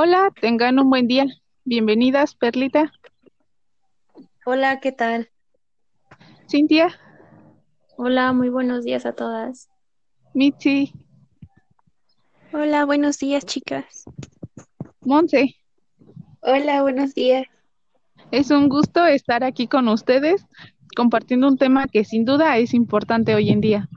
Hola, tengan un buen día. Bienvenidas, Perlita, Hola, ¿qué tal? Cintia, Hola, muy buenos días a todas. Mitzi, Hola, buenos días, chicas. Monse. Hola, buenos días. Es un gusto estar aquí con ustedes compartiendo un tema que sin duda es importante hoy en día.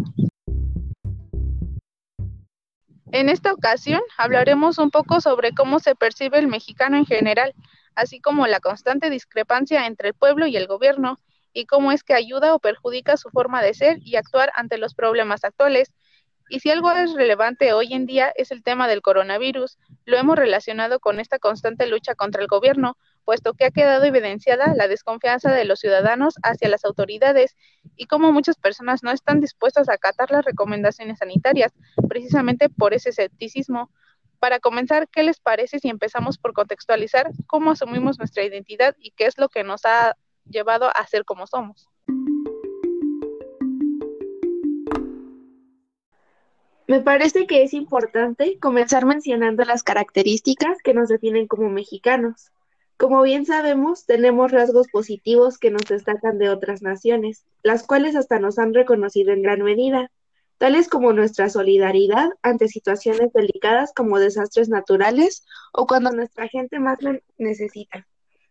En esta ocasión hablaremos un poco sobre cómo se percibe el mexicano en general, así como la constante discrepancia entre el pueblo y el gobierno, y cómo es que ayuda o perjudica su forma de ser y actuar ante los problemas actuales. Y si algo es relevante hoy en día es el tema del coronavirus, lo hemos relacionado con esta constante lucha contra el gobierno, puesto que ha quedado evidenciada la desconfianza de los ciudadanos hacia las autoridades y cómo muchas personas no están dispuestas a acatar las recomendaciones sanitarias, precisamente por ese escepticismo. Para comenzar, ¿qué les parece si empezamos por contextualizar cómo asumimos nuestra identidad y qué es lo que nos ha llevado a ser como somos? Me parece que es importante comenzar mencionando las características que nos definen como mexicanos. Como bien sabemos, tenemos rasgos positivos que nos destacan de otras naciones, las cuales hasta nos han reconocido en gran medida, tales como nuestra solidaridad ante situaciones delicadas como desastres naturales o cuando nuestra gente más lo necesita,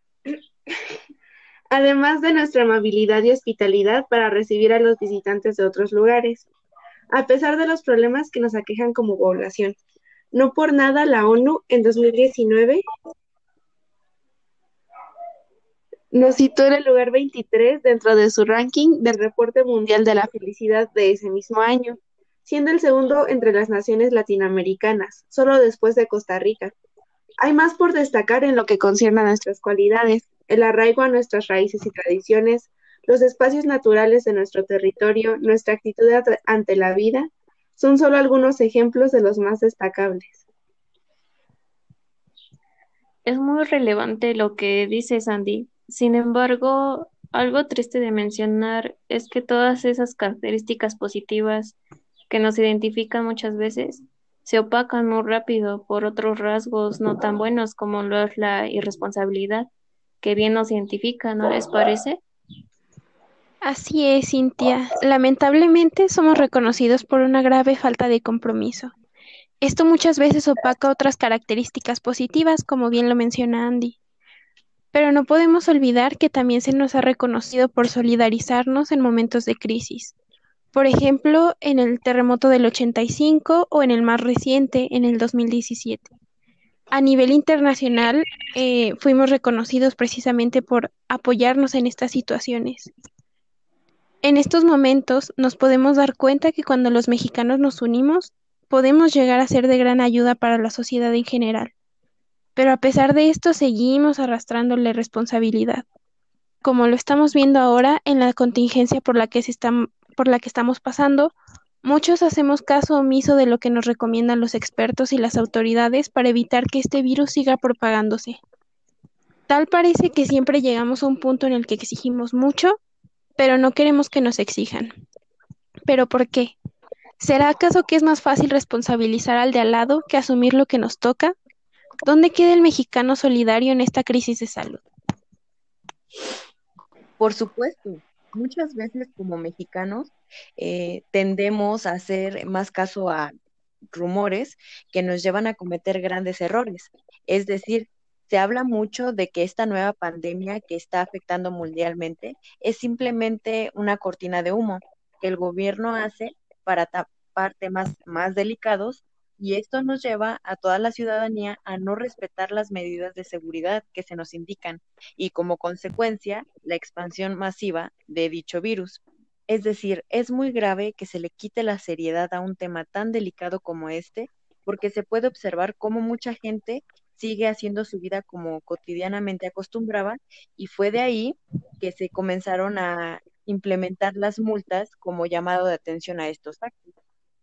además de nuestra amabilidad y hospitalidad para recibir a los visitantes de otros lugares a pesar de los problemas que nos aquejan como población. No por nada la ONU en 2019 nos citó en el lugar 23 dentro de su ranking del Reporte Mundial de la Felicidad de ese mismo año, siendo el segundo entre las naciones latinoamericanas, solo después de Costa Rica. Hay más por destacar en lo que concierne a nuestras cualidades, el arraigo a nuestras raíces y tradiciones, los espacios naturales de nuestro territorio, nuestra actitud ante la vida, son solo algunos ejemplos de los más destacables. Es muy relevante lo que dice Sandy. Sin embargo, algo triste de mencionar es que todas esas características positivas que nos identifican muchas veces se opacan muy rápido por otros rasgos no tan buenos como lo es la irresponsabilidad, que bien nos identifica, ¿no les parece? Así es, Cintia. Lamentablemente somos reconocidos por una grave falta de compromiso. Esto muchas veces opaca otras características positivas, como bien lo menciona Andy. Pero no podemos olvidar que también se nos ha reconocido por solidarizarnos en momentos de crisis. Por ejemplo, en el terremoto del 85 o en el más reciente, en el 2017. A nivel internacional, fuimos reconocidos precisamente por apoyarnos en estas situaciones. En estos momentos nos podemos dar cuenta que cuando los mexicanos nos unimos, podemos llegar a ser de gran ayuda para la sociedad en general. Pero a pesar de esto, seguimos arrastrando la responsabilidad, como lo estamos viendo ahora en la contingencia por la que estamos pasando. Muchos hacemos caso omiso de lo que nos recomiendan los expertos y las autoridades para evitar que este virus siga propagándose. Tal parece que siempre llegamos a un punto en el que exigimos mucho, pero no queremos que nos exijan. ¿Pero por qué? ¿Será acaso que es más fácil responsabilizar al de al lado que asumir lo que nos toca? ¿Dónde queda el mexicano solidario en esta crisis de salud? Por supuesto, muchas veces como mexicanos tendemos a hacer más caso a rumores que nos llevan a cometer grandes errores. Es decir, se habla mucho de que esta nueva pandemia que está afectando mundialmente es simplemente una cortina de humo que el gobierno hace para tapar temas más delicados, y esto nos lleva a toda la ciudadanía a no respetar las medidas de seguridad que se nos indican y como consecuencia la expansión masiva de dicho virus. Es decir, es muy grave que se le quite la seriedad a un tema tan delicado como este, porque se puede observar cómo mucha gente sigue haciendo su vida como cotidianamente acostumbraba, y fue de ahí que se comenzaron a implementar las multas como llamado de atención a estos actos.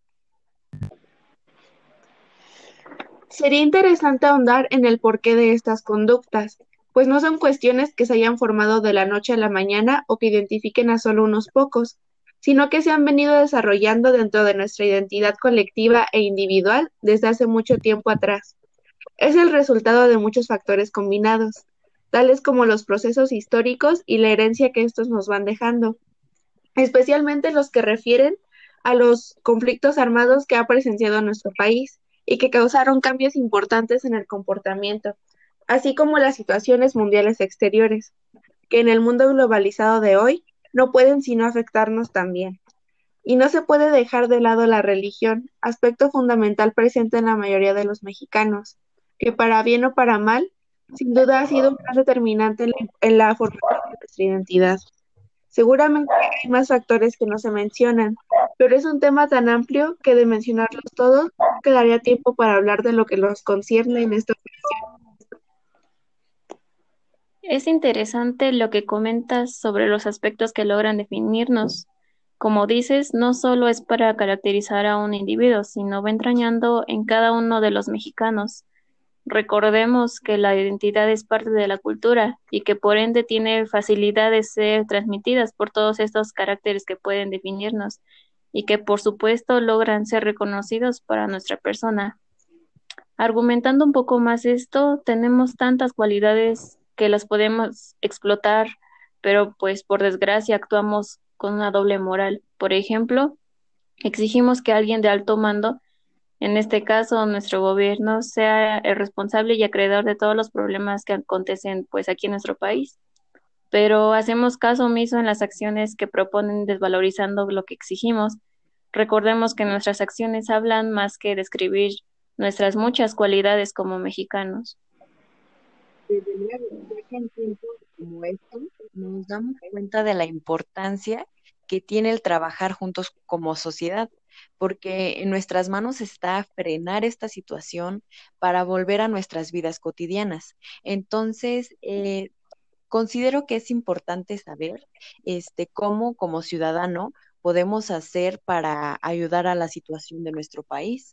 Sería interesante ahondar en el porqué de estas conductas, pues no son cuestiones que se hayan formado de la noche a la mañana o que identifiquen a solo unos pocos, sino que se han venido desarrollando dentro de nuestra identidad colectiva e individual desde hace mucho tiempo atrás. Es el resultado de muchos factores combinados, tales como los procesos históricos y la herencia que estos nos van dejando, especialmente los que refieren a los conflictos armados que ha presenciado nuestro país y que causaron cambios importantes en el comportamiento, así como las situaciones mundiales exteriores, que en el mundo globalizado de hoy no pueden sino afectarnos también. Y no se puede dejar de lado la religión, aspecto fundamental presente en la mayoría de los mexicanos, que para bien o para mal, sin duda ha sido un gran determinante en la formación de nuestra identidad. Seguramente hay más factores que no se mencionan, pero es un tema tan amplio que de mencionarlos todos no quedaría tiempo para hablar de lo que nos concierne en esta ocasión. Es interesante lo que comentas sobre los aspectos que logran definirnos. Como dices, no solo es para caracterizar a un individuo, sino va entrañando en cada uno de los mexicanos. Recordemos que la identidad es parte de la cultura y que por ende tiene facilidad de ser transmitidas por todos estos caracteres que pueden definirnos y que por supuesto logran ser reconocidos para nuestra persona. Argumentando un poco más esto, tenemos tantas cualidades que las podemos explotar, pero pues por desgracia actuamos con una doble moral. Por ejemplo, exigimos que alguien de alto mando, en este caso nuestro gobierno, sea el responsable y acreedor de todos los problemas que acontecen pues aquí en nuestro país. Pero hacemos caso omiso en las acciones que proponen desvalorizando lo que exigimos. Recordemos que nuestras acciones hablan más que describir nuestras muchas cualidades como mexicanos. Desde luego, ya que en tiempos como estos nos damos cuenta de la importancia que tiene el trabajar juntos como sociedad, porque en nuestras manos está frenar esta situación para volver a nuestras vidas cotidianas. Entonces, considero que es importante saber cómo como ciudadano podemos hacer para ayudar a la situación de nuestro país.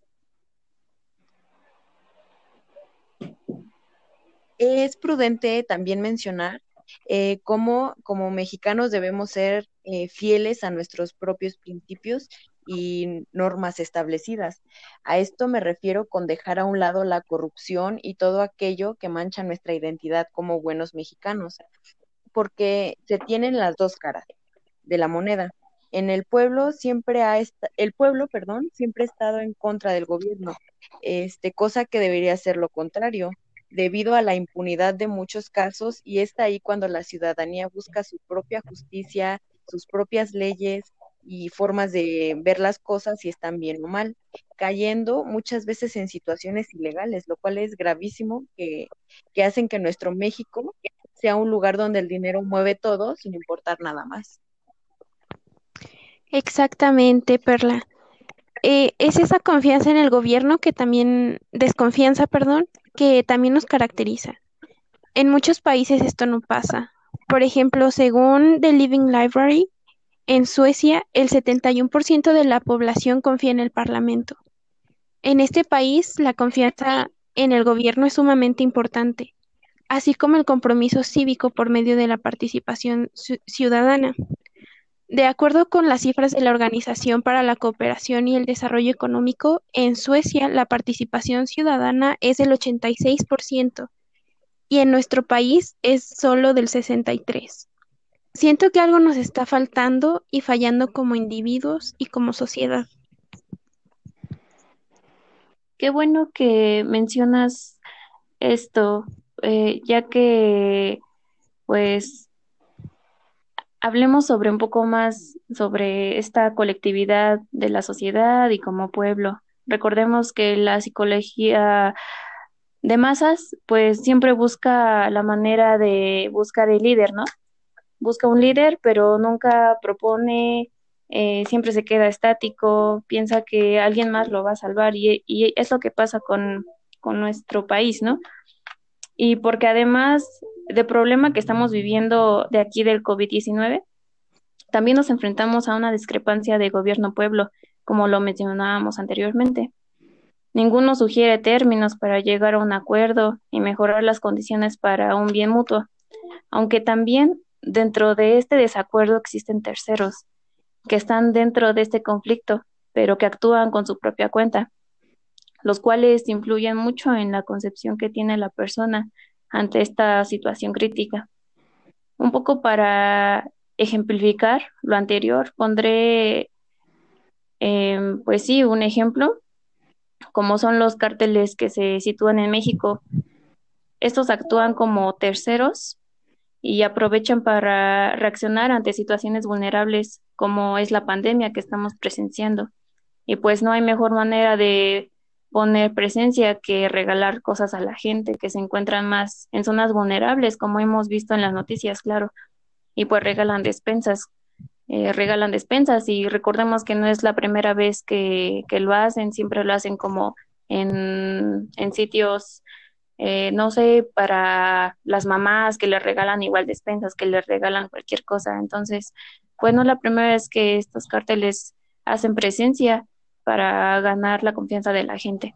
Es prudente también mencionar cómo como mexicanos debemos ser fieles a nuestros propios principios y normas establecidas. A esto me refiero con dejar a un lado la corrupción y todo aquello que mancha nuestra identidad como buenos mexicanos, porque se tienen las dos caras de la moneda. En el pueblo el pueblo, perdón, siempre ha estado en contra del gobierno, cosa que debería ser lo contrario, debido a la impunidad de muchos casos, y está ahí cuando la ciudadanía busca su propia justicia, sus propias leyes y formas de ver las cosas si están bien o mal, cayendo muchas veces en situaciones ilegales, lo cual es gravísimo, que hacen que nuestro México sea un lugar donde el dinero mueve todo sin importar nada más. Exactamente, Perla. Es esa confianza en el gobierno que también, desconfianza, perdón, que también nos caracteriza. En muchos países esto no pasa. Por ejemplo, según The Living Library, en Suecia el 71% de la población confía en el Parlamento. En este país, la confianza en el gobierno es sumamente importante, así como el compromiso cívico por medio de la participación ciudadana. De acuerdo con las cifras de la Organización para la Cooperación y el Desarrollo Económico, en Suecia la participación ciudadana es del 86% y en nuestro país es solo del 63%. Siento que algo nos está faltando y fallando como individuos y como sociedad. Qué bueno que mencionas esto, ya que pues hablemos sobre un poco más sobre esta colectividad de la sociedad y como pueblo. Recordemos que la psicología de masas, pues siempre busca la manera de buscar el líder, ¿no? Busca un líder, pero nunca propone, siempre se queda estático, piensa que alguien más lo va a salvar y es lo que pasa con nuestro país, ¿no? Y porque además del problema que estamos viviendo de aquí del COVID-19, también nos enfrentamos a una discrepancia de gobierno-pueblo, como lo mencionábamos anteriormente. Ninguno sugiere términos para llegar a un acuerdo y mejorar las condiciones para un bien mutuo, aunque también dentro de este desacuerdo existen terceros que están dentro de este conflicto, pero que actúan con su propia cuenta. los cuales influyen mucho en la concepción que tiene la persona ante esta situación crítica. Un poco para ejemplificar lo anterior, pondré, pues sí, un ejemplo, como son los cárteles que se sitúan en México. Estos actúan como terceros y aprovechan para reaccionar ante situaciones vulnerables como es la pandemia que estamos presenciando. Y pues no hay mejor manera de poner presencia que regalar cosas a la gente que se encuentran más en zonas vulnerables, como hemos visto en las noticias, claro. Y pues regalan despensas y recordemos que no es la primera vez que lo hacen, siempre lo hacen como en sitios, no sé, para las mamás que les regalan igual despensas, que les regalan cualquier cosa. Entonces, pues no es la primera vez que estos cárteles hacen presencia para ganar la confianza de la gente.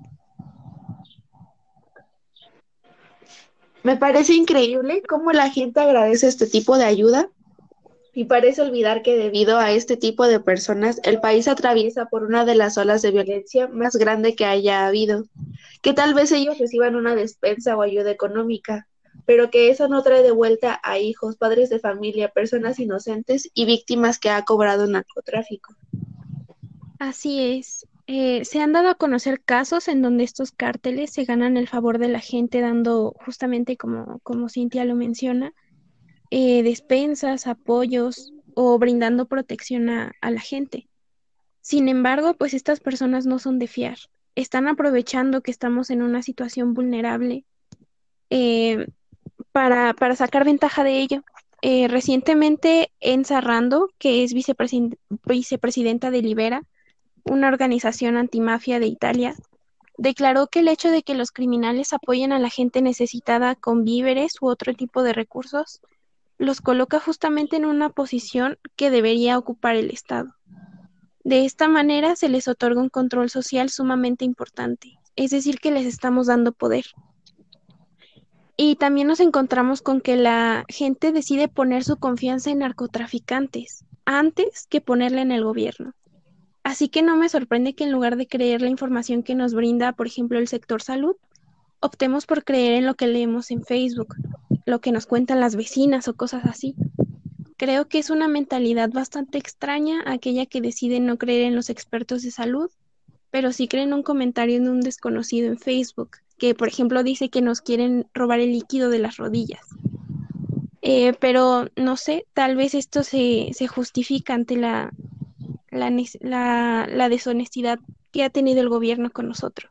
Me parece increíble cómo la gente agradece este tipo de ayuda y parece olvidar que debido a este tipo de personas, el país atraviesa por una de las olas de violencia más grande que haya habido. Que tal vez ellos reciban una despensa o ayuda económica, pero que eso no trae de vuelta a hijos, padres de familia, personas inocentes y víctimas que ha cobrado el narcotráfico. Así es. Se han dado a conocer casos en donde estos cárteles se ganan el favor de la gente dando, justamente como Cintia lo menciona, despensas, apoyos o brindando protección a la gente. Sin embargo, pues estas personas no son de fiar. Están aprovechando que estamos en una situación vulnerable eh, para sacar ventaja de ello. Recientemente, Enza Rando, que es vicepresidenta de Libera, una organización antimafia de Italia, declaró que el hecho de que los criminales apoyen a la gente necesitada con víveres u otro tipo de recursos los coloca justamente en una posición que debería ocupar el Estado. De esta manera se les otorga un control social sumamente importante, es decir, que les estamos dando poder. Y también nos encontramos con que la gente decide poner su confianza en narcotraficantes antes que ponerla en el gobierno. Así que no me sorprende que en lugar de creer la información que nos brinda, por ejemplo, el sector salud, optemos por creer en lo que leemos en Facebook, lo que nos cuentan las vecinas o cosas así. Creo que es una mentalidad bastante extraña aquella que decide no creer en los expertos de salud, pero sí cree en un comentario de un desconocido en Facebook, que por ejemplo dice que nos quieren robar el líquido de las rodillas. Pero no sé, tal vez esto se justifica ante la deshonestidad que ha tenido el gobierno con nosotros.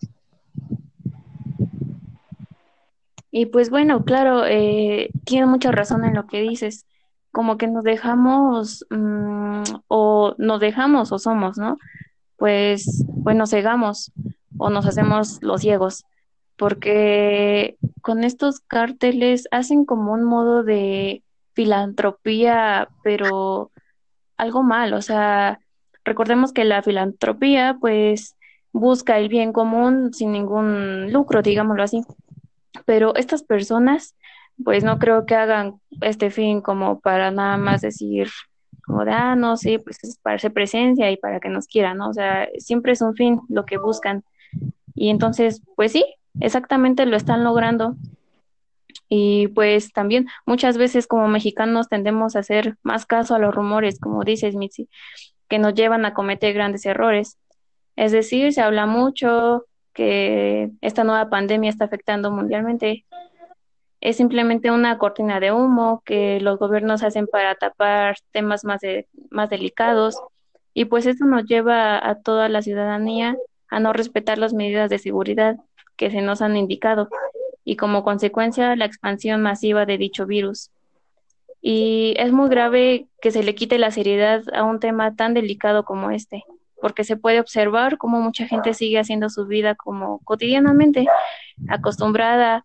Y pues bueno, claro, tienes mucha razón en lo que dices, como que nos dejamos, o nos dejamos o somos, ¿no? Pues nos cegamos o nos hacemos los ciegos, porque con estos cárteles hacen como un modo de filantropía, pero algo mal, o sea, recordemos que la filantropía pues busca el bien común sin ningún lucro, digámoslo así, pero estas personas pues no creo que hagan este fin como para nada más decir como de, ah, no, sí, pues es para hacer presencia y para que nos quieran, ¿no? O sea, siempre es un fin lo que buscan. Y entonces, pues sí, exactamente lo están logrando. Y pues también muchas veces como mexicanos tendemos a hacer más caso a los rumores, como dices, Mitzi, que nos llevan a cometer grandes errores. Es decir, se habla mucho que esta nueva pandemia está afectando mundialmente. Es simplemente una cortina de humo que los gobiernos hacen para tapar temas más delicados y pues esto nos lleva a toda la ciudadanía a no respetar las medidas de seguridad que se nos han indicado y como consecuencia la expansión masiva de dicho virus. Y es muy grave que se le quite la seriedad a un tema tan delicado como este, porque se puede observar cómo mucha gente sigue haciendo su vida como cotidianamente, acostumbrada,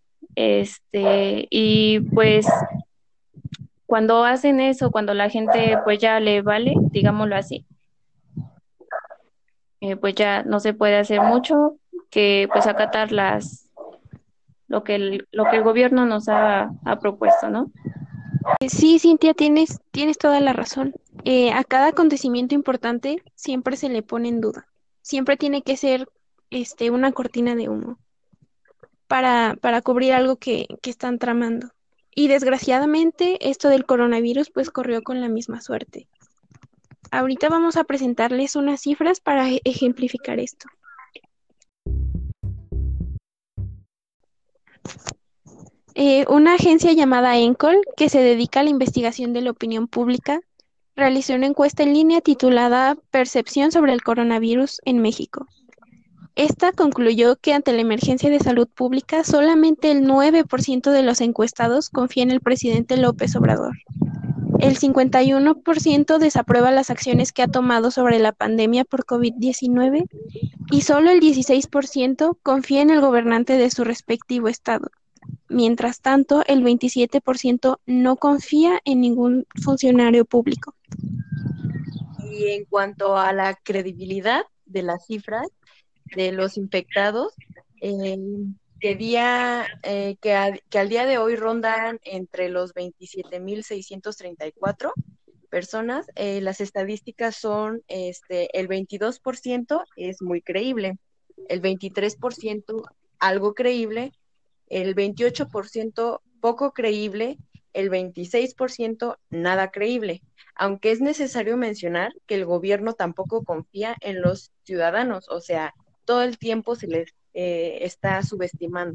y pues cuando hacen eso, cuando la gente pues ya le vale, digámoslo así, pues ya no se puede hacer mucho que pues acatar lo que el gobierno nos ha propuesto, ¿no? Sí, Cintia, tienes toda la razón. A cada acontecimiento importante siempre se le pone en duda. Siempre tiene que ser una cortina de humo para cubrir algo que están tramando. Y desgraciadamente esto del coronavirus pues corrió con la misma suerte. Ahorita vamos a presentarles unas cifras para ejemplificar esto. Una agencia llamada Encol, que se dedica a la investigación de la opinión pública, realizó una encuesta en línea titulada Percepción sobre el coronavirus en México. Esta concluyó que ante la emergencia de salud pública, solamente el 9% de los encuestados confía en el presidente López Obrador. El 51% desaprueba las acciones que ha tomado sobre la pandemia por COVID-19 y solo el 16% confía en el gobernante de su respectivo estado. Mientras tanto, el 27% no confía en ningún funcionario público. Y en cuanto a la credibilidad de las cifras de los infectados, que al día de hoy rondan entre los 27,634 personas, las estadísticas son, el 22% es muy creíble, el 23% algo creíble, el 28% poco creíble, el 26% nada creíble, aunque es necesario mencionar que el gobierno tampoco confía en los ciudadanos, o sea, todo el tiempo se les está subestimando.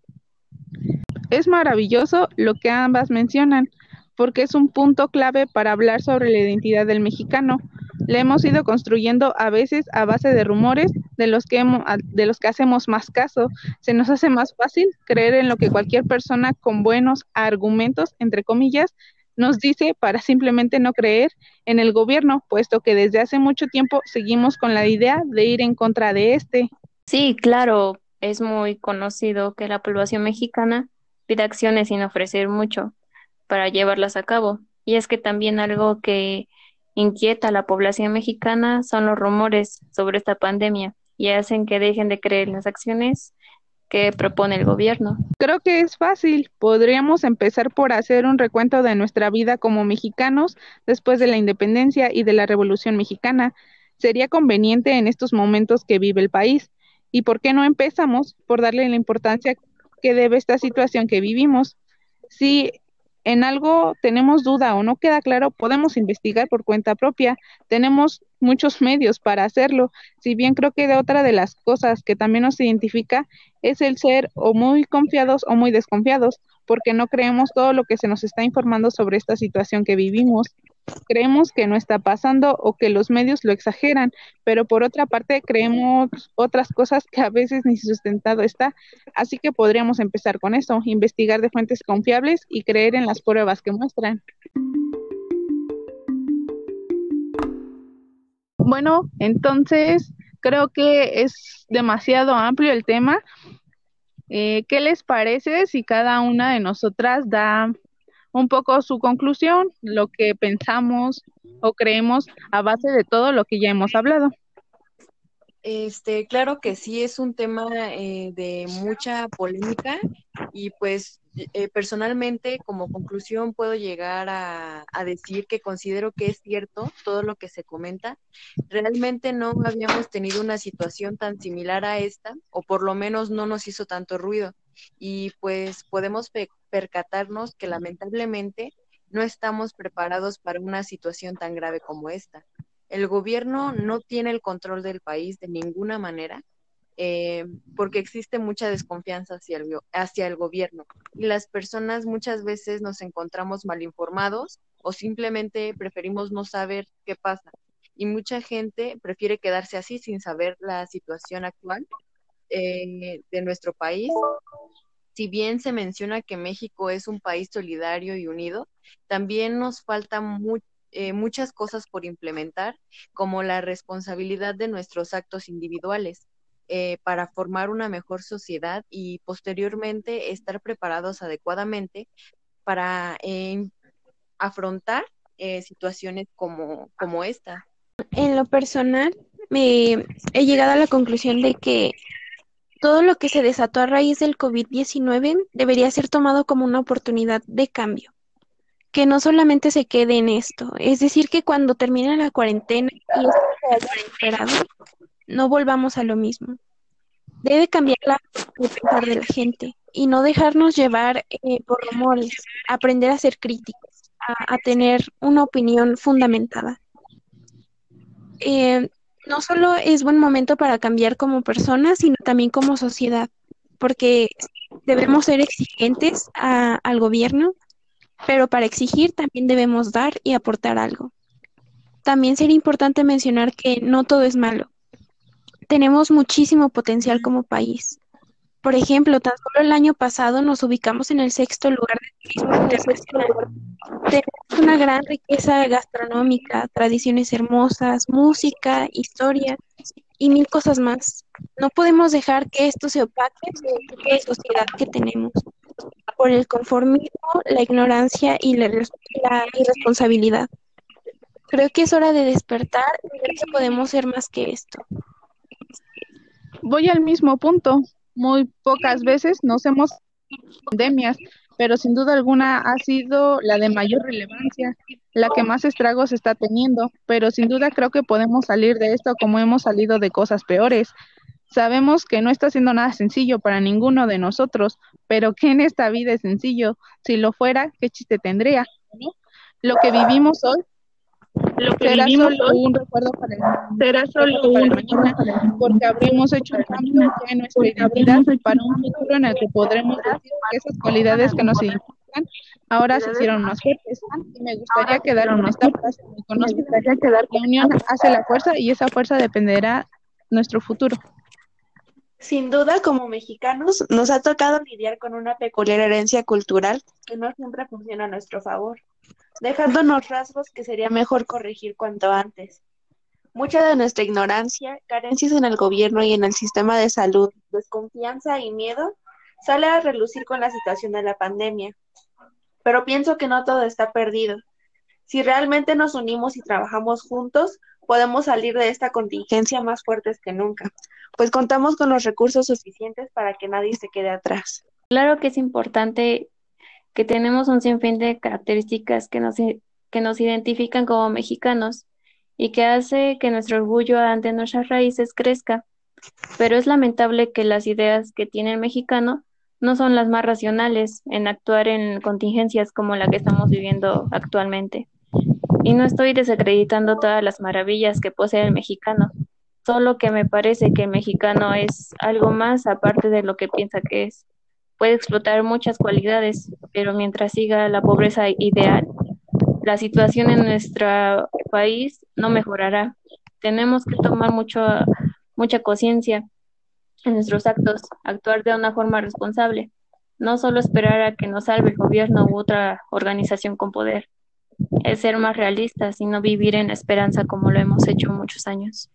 Es maravilloso lo que ambas mencionan, porque es un punto clave para hablar sobre la identidad del mexicano. La hemos ido construyendo a veces a base de rumores de los que hacemos más caso. Se nos hace más fácil creer en lo que cualquier persona con buenos argumentos, entre comillas, nos dice para simplemente no creer en el gobierno, puesto que desde hace mucho tiempo seguimos con la idea de ir en contra de este. Sí, claro, es muy conocido que la población mexicana pide acciones sin ofrecer mucho para llevarlas a cabo. Y es que también algo que inquieta a la población mexicana son los rumores sobre esta pandemia y hacen que dejen de creer en las acciones que propone el gobierno. Creo que es fácil. Podríamos empezar por hacer un recuento de nuestra vida como mexicanos después de la independencia y de la Revolución Mexicana. Sería conveniente en estos momentos que vive el país. ¿Y por qué no empezamos por darle la importancia que debe esta situación que vivimos? Si en algo tenemos duda o no queda claro, podemos investigar por cuenta propia. Tenemos muchos medios para hacerlo. Si bien creo que de otra de las cosas que también nos identifica es el ser o muy confiados o muy desconfiados, porque no creemos todo lo que se nos está informando sobre esta situación que vivimos. Creemos que no está pasando o que los medios lo exageran, pero por otra parte creemos otras cosas que a veces ni sustentado está. Así que podríamos empezar con eso, investigar de fuentes confiables y creer en las pruebas que muestran. Bueno, entonces creo que es demasiado amplio el tema. ¿Qué les parece si cada una de nosotras da un poco su conclusión, lo que pensamos o creemos a base de todo lo que ya hemos hablado? Claro que sí, es un tema de mucha polémica y pues personalmente como conclusión puedo llegar a decir que considero que es cierto todo lo que se comenta. Realmente no habíamos tenido una situación tan similar a esta, o por lo menos no nos hizo tanto ruido, y pues podemos percatarnos que lamentablemente no estamos preparados para una situación tan grave como esta. El gobierno no tiene el control del país de ninguna manera, porque existe mucha desconfianza hacia el gobierno y las personas muchas veces nos encontramos mal informados o simplemente preferimos no saber qué pasa. Y mucha gente prefiere quedarse así sin saber la situación actual de nuestro país. Si bien se menciona que México es un país solidario y unido, también nos falta muchas cosas por implementar, como la responsabilidad de nuestros actos individuales, para formar una mejor sociedad y posteriormente estar preparados adecuadamente para afrontar situaciones como esta. En lo personal, he llegado a la conclusión de que todo lo que se desató a raíz del COVID-19 debería ser tomado como una oportunidad de cambio, que no solamente se quede en esto, es decir, que cuando termine la cuarentena y esto se haya superado, no volvamos a lo mismo. Debe cambiar la forma de pensar de la gente y no dejarnos llevar por rumores, aprender a ser críticos, a tener una opinión fundamentada. No solo es buen momento para cambiar como personas, sino también como sociedad, porque debemos ser exigentes al gobierno, pero para exigir también debemos dar y aportar algo. También sería importante mencionar que no todo es malo. Tenemos muchísimo potencial como país. Por ejemplo, tan solo el año pasado nos ubicamos en el sexto lugar de turismo internacional. Tenemos una gran riqueza gastronómica, tradiciones hermosas, música, historia y mil cosas más. No podemos dejar que esto se opaque por el tipo de sociedad que tenemos, por el conformismo, la ignorancia y la irresponsabilidad. Creo que es hora de despertar y ver que podemos ser más que esto. Voy al mismo punto. Muy pocas veces nos hemos pandemias, pero sin duda alguna ha sido la de mayor relevancia, la que más estragos está teniendo, pero sin duda creo que podemos salir de esto como hemos salido de cosas peores. Sabemos que no está siendo nada sencillo para ninguno de nosotros, pero ¿qué en esta vida es sencillo? Si lo fuera, ¿qué chiste tendría? ¿No? Lo que vivimos hoy Lo que será vivimos solo hoy un recuerdo para será solo el un recuerdo mañana, para el porque porque habremos hecho un cambio ya en nuestra identidad habremos hecho para un un cambio futuro en el que podremos decir que esas cualidades que nos identifican ahora se hicieron más fuertes. Y me ahora gustaría se quedar hicieron con más esta fuertes. frase muy Me conocida: gustaría quedar la con unión esta. hace la fuerza y esa fuerza dependerá nuestro futuro. Sin duda, como mexicanos, nos ha tocado lidiar con una peculiar herencia cultural que no siempre funciona a nuestro favor, dejándonos rasgos que sería mejor corregir cuanto antes. Mucha de nuestra ignorancia, carencias en el gobierno y en el sistema de salud, desconfianza y miedo sale a relucir con la situación de la pandemia. Pero pienso que no todo está perdido. Si realmente nos unimos y trabajamos juntos, podemos salir de esta contingencia más fuertes que nunca, pues contamos con los recursos suficientes para que nadie se quede atrás. Claro que es importante que tenemos un sinfín de características que nos identifican como mexicanos y que hace que nuestro orgullo ante nuestras raíces crezca, pero es lamentable que las ideas que tiene el mexicano no son las más racionales en actuar en contingencias como la que estamos viviendo actualmente. Y no estoy desacreditando todas las maravillas que posee el mexicano, solo que me parece que el mexicano es algo más aparte de lo que piensa que es. Puede explotar muchas cualidades, pero mientras siga la pobreza ideal, la situación en nuestro país no mejorará. Tenemos que tomar mucha conciencia en nuestros actos, actuar de una forma responsable, no solo esperar a que nos salve el gobierno u otra organización con poder. Es ser más realistas y no vivir en la esperanza como lo hemos hecho muchos años.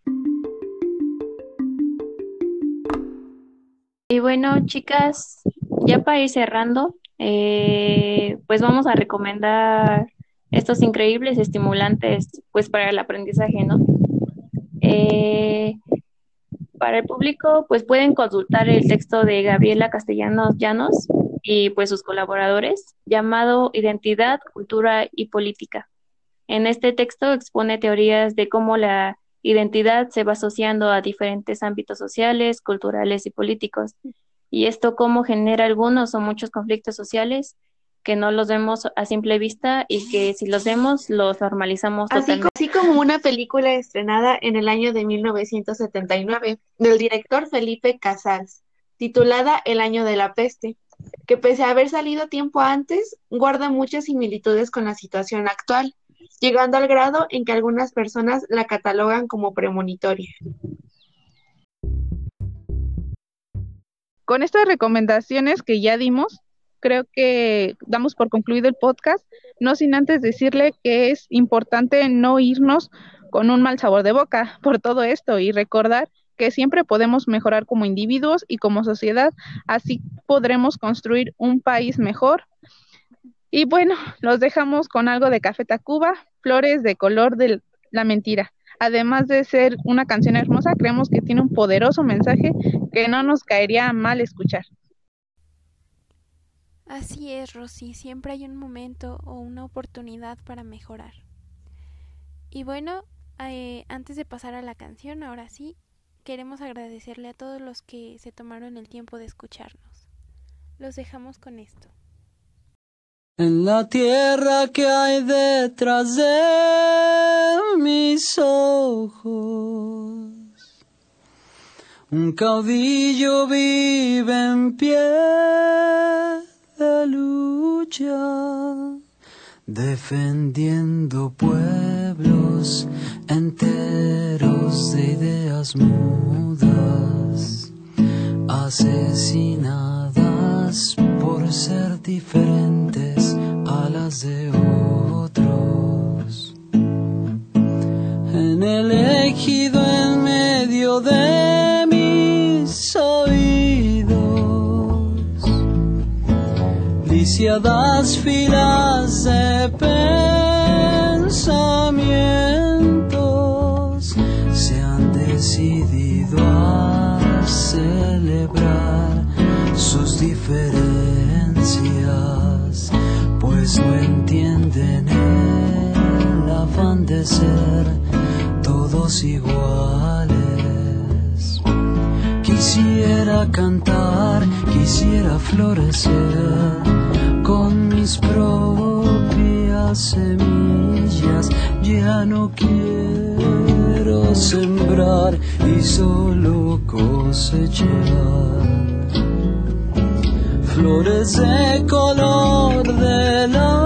Y bueno, chicas, ya para ir cerrando, pues vamos a recomendar estos increíbles estimulantes pues para el aprendizaje, ¿no? Eh, para el público, pues pueden consultar el texto de Gabriela Castellanos Llanos y pues sus colaboradores, llamado Identidad, Cultura y Política. En este texto expone teorías de cómo la identidad se va asociando a diferentes ámbitos sociales, culturales y políticos, y esto cómo genera algunos o muchos conflictos sociales que no los vemos a simple vista y que si los vemos los normalizamos totalmente. Así como una película estrenada en el año de 1979 del director Felipe Casals, titulada El año de la peste, que pese a haber salido tiempo antes, guarda muchas similitudes con la situación actual, llegando al grado en que algunas personas la catalogan como premonitoria. Con estas recomendaciones que ya dimos, creo que damos por concluido el podcast, no sin antes decirle que es importante no irnos con un mal sabor de boca por todo esto y recordar que siempre podemos mejorar como individuos y como sociedad, así podremos construir un país mejor. Y bueno, los dejamos con algo de Café Tacuba, Flores de color de la mentira. Además de ser una canción hermosa, creemos que tiene un poderoso mensaje que no nos caería mal escuchar. Así es, Rosy, siempre hay un momento o una oportunidad para mejorar. Y bueno, antes de pasar a la canción, ahora sí, queremos agradecerle a todos los que se tomaron el tiempo de escucharnos. Los dejamos con esto. En la tierra que hay detrás de mis ojos, un caudillo vive en pie de lucha, defendiendo pueblos enteros de ideas mudas, asesinadas por ser diferentes a las de otros. En el ejido en medio de mis oídos, lisiadas filas de pensamientos se han decidido a celebrar sus diferencias, pues no entienden el afán de ser todos iguales. Quisiera cantar, quisiera florecer con mis propias semillas. Ya no quiero sembrar y solo cosechar flores de color de la